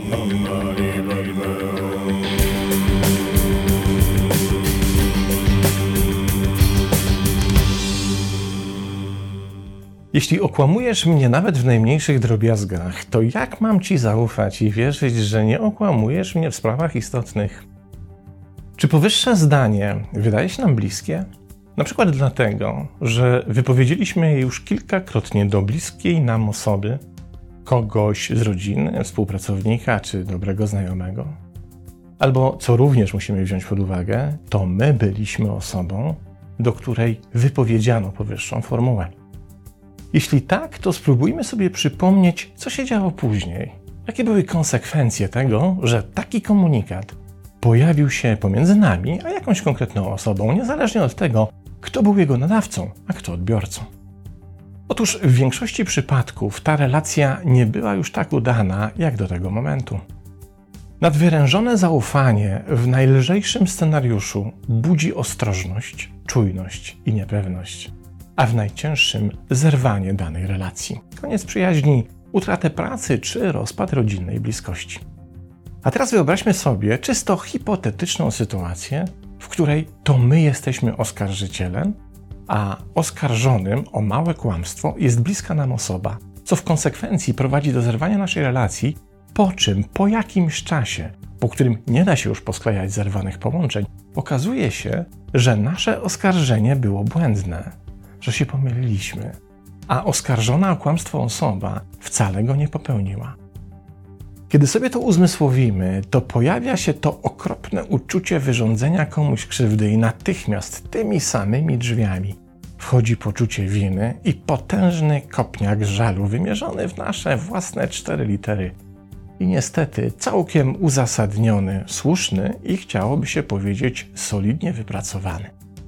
Jeśli okłamujesz mnie nawet w najmniejszych drobiazgach, to jak mam ci zaufać i wierzyć, że nie okłamujesz mnie w sprawach istotnych? Czy powyższe zdanie wydaje się nam bliskie? Na przykład dlatego, że wypowiedzieliśmy je już kilkakrotnie do bliskiej nam osoby, kogoś z rodziny, współpracownika czy dobrego znajomego. Albo, co również musimy wziąć pod uwagę, to my byliśmy osobą, do której wypowiedziano powyższą formułę. Jeśli tak, to spróbujmy sobie przypomnieć, co się działo później. Jakie były konsekwencje tego, że taki komunikat pojawił się pomiędzy nami a jakąś konkretną osobą, niezależnie od tego, kto był jego nadawcą, a kto odbiorcą. Otóż w większości przypadków ta relacja nie była już tak udana, jak do tego momentu. Nadwyrężone zaufanie w najlżejszym scenariuszu budzi ostrożność, czujność i niepewność, a w najcięższym zerwanie danej relacji. Koniec przyjaźni, utratę pracy czy rozpad rodzinnej bliskości. A teraz wyobraźmy sobie czysto hipotetyczną sytuację, w której to my jesteśmy oskarżycielem, a oskarżonym o małe kłamstwo jest bliska nam osoba, co w konsekwencji prowadzi do zerwania naszej relacji, po czym po jakimś czasie, po którym nie da się już posklejać zerwanych połączeń, okazuje się, że nasze oskarżenie było błędne, że się pomyliliśmy, a oskarżona o kłamstwo osoba wcale go nie popełniła. Kiedy sobie to uzmysłowimy, to pojawia się to okropne uczucie wyrządzenia komuś krzywdy i natychmiast tymi samymi drzwiami wchodzi poczucie winy i potężny kopniak żalu wymierzony w nasze własne 4 litery. I niestety całkiem uzasadniony, słuszny i chciałoby się powiedzieć solidnie wypracowany.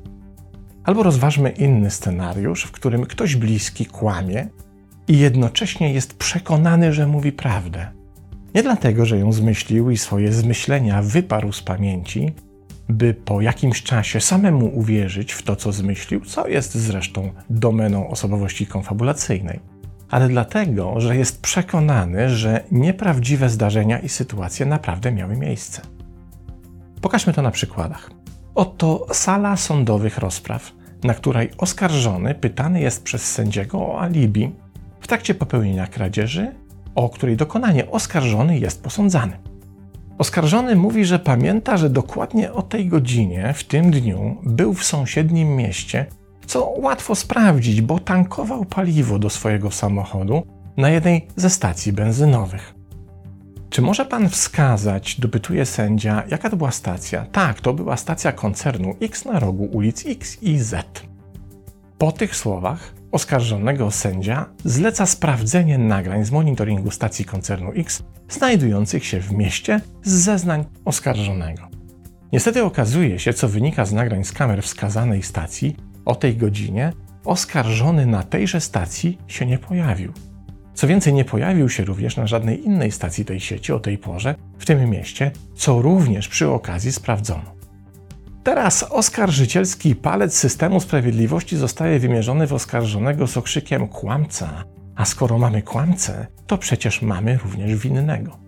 Albo rozważmy inny scenariusz, w którym ktoś bliski kłamie i jednocześnie jest przekonany, że mówi prawdę. Nie dlatego, że ją zmyślił i swoje zmyślenia wyparł z pamięci, by po jakimś czasie samemu uwierzyć w to, co zmyślił, co jest zresztą domeną osobowości konfabulacyjnej, ale dlatego, że jest przekonany, że nieprawdziwe zdarzenia i sytuacje naprawdę miały miejsce. Pokażmy to na przykładach. Oto sala sądowych rozpraw, na której oskarżony pytany jest przez sędziego o alibi w trakcie popełnienia kradzieży, o której dokonanie oskarżony jest posądzany. Oskarżony mówi, że pamięta, że dokładnie o tej godzinie, w tym dniu, był w sąsiednim mieście, co łatwo sprawdzić, bo tankował paliwo do swojego samochodu na jednej ze stacji benzynowych. Czy może pan wskazać, dopytuje sędzia, jaka to była stacja? Tak, to była stacja koncernu X na rogu ulic X i Z. Po tych słowach oskarżonego sędzia zleca sprawdzenie nagrań z monitoringu stacji koncernu X znajdujących się w mieście z zeznań oskarżonego. Niestety okazuje się, co wynika z nagrań z kamer wskazanej stacji, o tej godzinie oskarżony na tejże stacji się nie pojawił. Co więcej, nie pojawił się również na żadnej innej stacji tej sieci o tej porze w tym mieście, co również przy okazji sprawdzono. Teraz oskarżycielski palec systemu sprawiedliwości zostaje wymierzony w oskarżonego z okrzykiem kłamca, a skoro mamy kłamcę, to przecież mamy również winnego.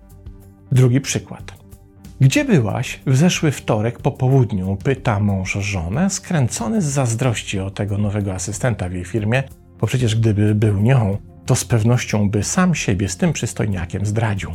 Drugi przykład. Gdzie byłaś w zeszły wtorek po południu? Pyta mąż żonę, skręcony z zazdrości o tego nowego asystenta w jej firmie, bo przecież gdyby był nią, to z pewnością by sam siebie z tym przystojniakiem zdradził.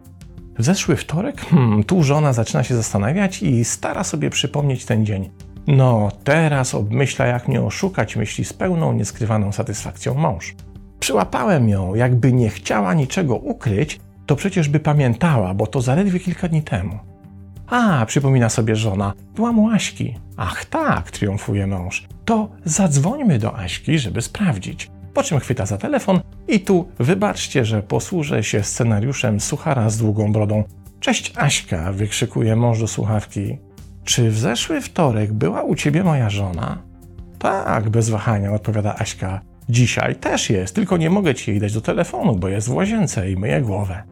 W zeszły wtorek? Tu żona zaczyna się zastanawiać i stara sobie przypomnieć ten dzień. No, teraz obmyśla, jak mnie oszukać, myśli z pełną, nieskrywaną satysfakcją mąż. Przyłapałem ją, jakby nie chciała niczego ukryć, to przecież by pamiętała, bo to zaledwie kilka dni temu. A, przypomina sobie żona, byłam u Aśki. Ach tak, triumfuje mąż. To zadzwońmy do Aśki, żeby sprawdzić. Po czym chwyta za telefon i tu wybaczcie, że posłużę się scenariuszem suchara z długą brodą. Cześć Aśka, wykrzykuje mąż do słuchawki. Czy w zeszły wtorek była u ciebie moja żona? Tak, bez wahania odpowiada Aśka. Dzisiaj też jest, tylko nie mogę ci jej dać do telefonu, bo jest w łazience i myje głowę.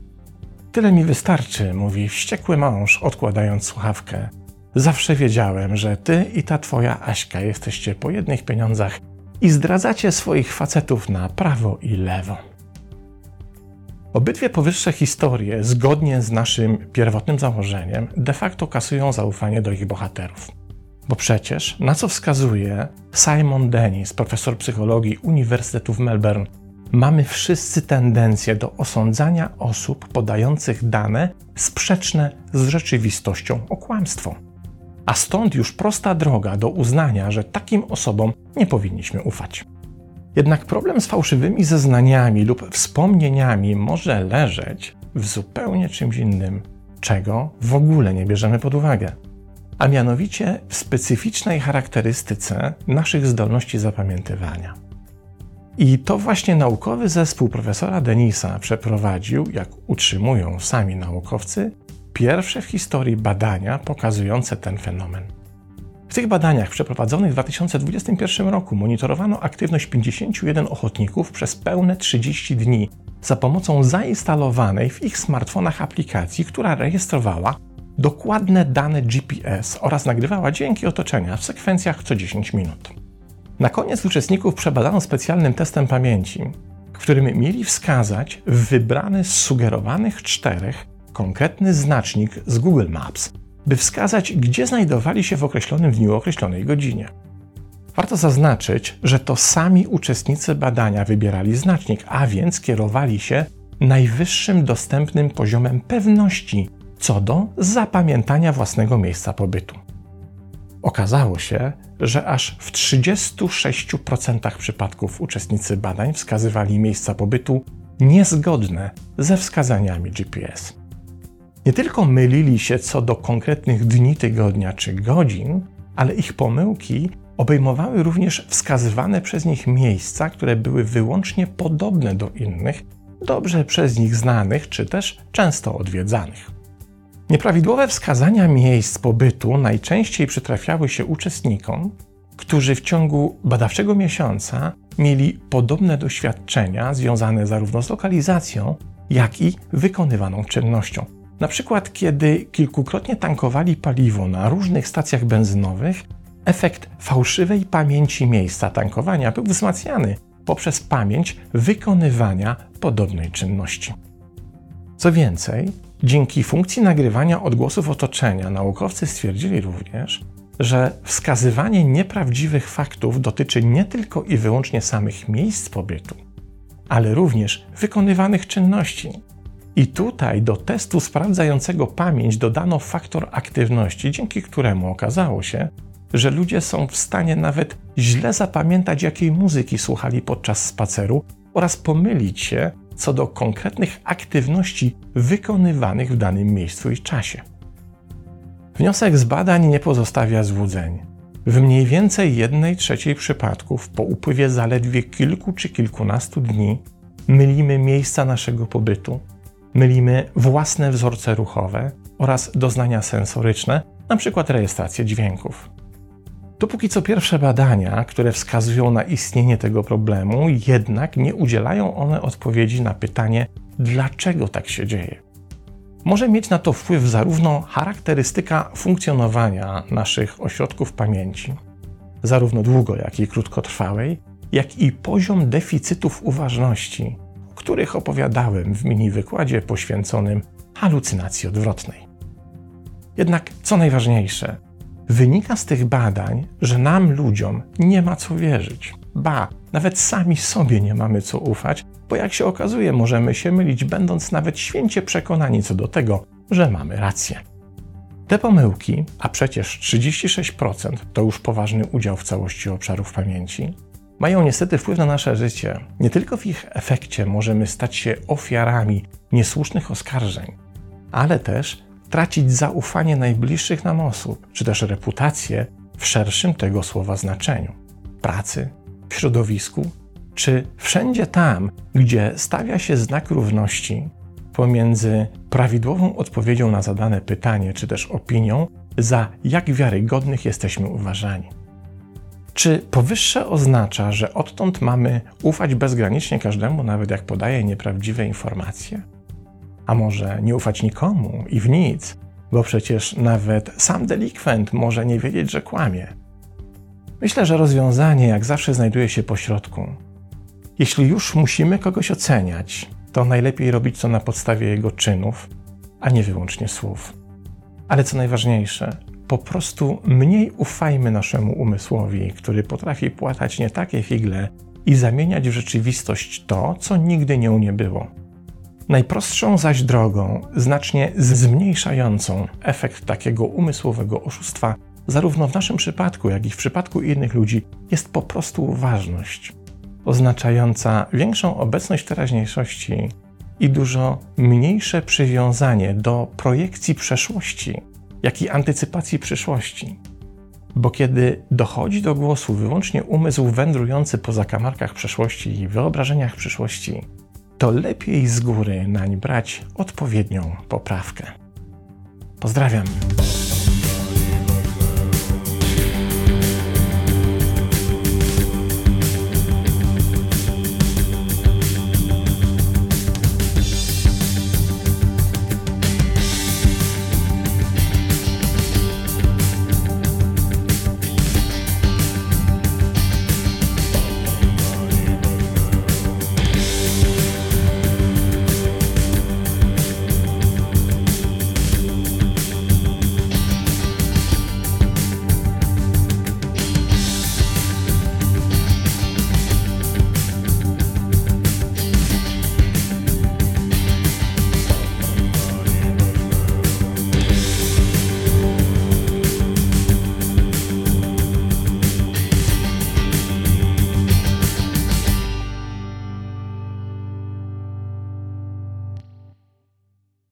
Tyle mi wystarczy, mówi wściekły mąż, odkładając słuchawkę. Zawsze wiedziałem, że ty i ta twoja Aśka jesteście po jednych pieniądzach i zdradzacie swoich facetów na prawo i lewo. Obydwie powyższe historie, zgodnie z naszym pierwotnym założeniem, de facto kasują zaufanie do ich bohaterów. Bo przecież, na co wskazuje Simon Dennis, profesor psychologii Uniwersytetu w Melbourne, mamy wszyscy tendencję do osądzania osób podających dane sprzeczne z rzeczywistością o kłamstwo. A stąd już prosta droga do uznania, że takim osobom nie powinniśmy ufać. Jednak problem z fałszywymi zeznaniami lub wspomnieniami może leżeć w zupełnie czymś innym, czego w ogóle nie bierzemy pod uwagę. A mianowicie w specyficznej charakterystyce naszych zdolności zapamiętywania. I to właśnie naukowy zespół profesora Dennisa przeprowadził, jak utrzymują sami naukowcy, pierwsze w historii badania pokazujące ten fenomen. W tych badaniach przeprowadzonych w 2021 roku monitorowano aktywność 51 ochotników przez pełne 30 dni za pomocą zainstalowanej w ich smartfonach aplikacji, która rejestrowała dokładne dane GPS oraz nagrywała dźwięki otoczenia w sekwencjach co 10 minut. Na koniec uczestników przebadano specjalnym testem pamięci, w którym mieli wskazać wybrany z sugerowanych 4 konkretny znacznik z Google Maps, by wskazać, gdzie znajdowali się w określonym dniu o określonej godzinie. Warto zaznaczyć, że to sami uczestnicy badania wybierali znacznik, a więc kierowali się najwyższym dostępnym poziomem pewności co do zapamiętania własnego miejsca pobytu. Okazało się, że aż w 36% przypadków uczestnicy badań wskazywali miejsca pobytu niezgodne ze wskazaniami GPS. Nie tylko mylili się co do konkretnych dni tygodnia czy godzin, ale ich pomyłki obejmowały również wskazywane przez nich miejsca, które były wyłącznie podobne do innych, dobrze przez nich znanych czy też często odwiedzanych. Nieprawidłowe wskazania miejsc pobytu najczęściej przytrafiały się uczestnikom, którzy w ciągu badawczego miesiąca mieli podobne doświadczenia związane zarówno z lokalizacją, jak i wykonywaną czynnością. Na przykład, kiedy kilkukrotnie tankowali paliwo na różnych stacjach benzynowych, efekt fałszywej pamięci miejsca tankowania był wzmacniany poprzez pamięć wykonywania podobnej czynności. Co więcej, dzięki funkcji nagrywania odgłosów otoczenia naukowcy stwierdzili również, że wskazywanie nieprawdziwych faktów dotyczy nie tylko i wyłącznie samych miejsc pobytu, ale również wykonywanych czynności. I tutaj do testu sprawdzającego pamięć dodano faktor aktywności, dzięki któremu okazało się, że ludzie są w stanie nawet źle zapamiętać, jakiej muzyki słuchali podczas spaceru oraz pomylić się co do konkretnych aktywności wykonywanych w danym miejscu i czasie. Wniosek z badań nie pozostawia złudzeń. W mniej więcej 1/3 przypadków po upływie zaledwie kilku czy kilkunastu dni mylimy miejsca naszego pobytu, mylimy własne wzorce ruchowe oraz doznania sensoryczne, np. rejestrację dźwięków. Dopóki co pierwsze badania, które wskazują na istnienie tego problemu, jednak nie udzielają one odpowiedzi na pytanie, dlaczego tak się dzieje. Może mieć na to wpływ zarówno charakterystyka funkcjonowania naszych ośrodków pamięci, zarówno długo, jak i krótkotrwałej, jak i poziom deficytów uważności, o których opowiadałem w mini-wykładzie poświęconym halucynacji odwrotnej. Jednak co najważniejsze, wynika z tych badań, że nam, ludziom, nie ma co wierzyć. Ba, nawet sami sobie nie mamy co ufać, bo jak się okazuje, możemy się mylić, będąc nawet święcie przekonani co do tego, że mamy rację. Te pomyłki, a przecież 36% to już poważny udział w całości obszarów pamięci, mają niestety wpływ na nasze życie. Nie tylko w ich efekcie możemy stać się ofiarami niesłusznych oskarżeń, ale też tracić zaufanie najbliższych nam osób, czy też reputację w szerszym tego słowa znaczeniu. Pracy, w środowisku, czy wszędzie tam, gdzie stawia się znak równości pomiędzy prawidłową odpowiedzią na zadane pytanie, czy też opinią, za jak wiarygodnych jesteśmy uważani. Czy powyższe oznacza, że odtąd mamy ufać bezgranicznie każdemu, nawet jak podaje nieprawdziwe informacje? A może nie ufać nikomu i w nic, bo przecież nawet sam delikwent może nie wiedzieć, że kłamie. Myślę, że rozwiązanie jak zawsze znajduje się pośrodku. Jeśli już musimy kogoś oceniać, to najlepiej robić to na podstawie jego czynów, a nie wyłącznie słów. Ale co najważniejsze, po prostu mniej ufajmy naszemu umysłowi, który potrafi płatać nie takie figle i zamieniać w rzeczywistość to, co nigdy nią nie było. Najprostszą zaś drogą, znacznie zmniejszającą efekt takiego umysłowego oszustwa, zarówno w naszym przypadku, jak i w przypadku innych ludzi, jest po prostu uważność, oznaczająca większą obecność teraźniejszości i dużo mniejsze przywiązanie do projekcji przeszłości, jak i antycypacji przyszłości. Bo kiedy dochodzi do głosu wyłącznie umysł wędrujący po zakamarkach przeszłości i wyobrażeniach przyszłości, to lepiej z góry nań brać odpowiednią poprawkę. Pozdrawiam.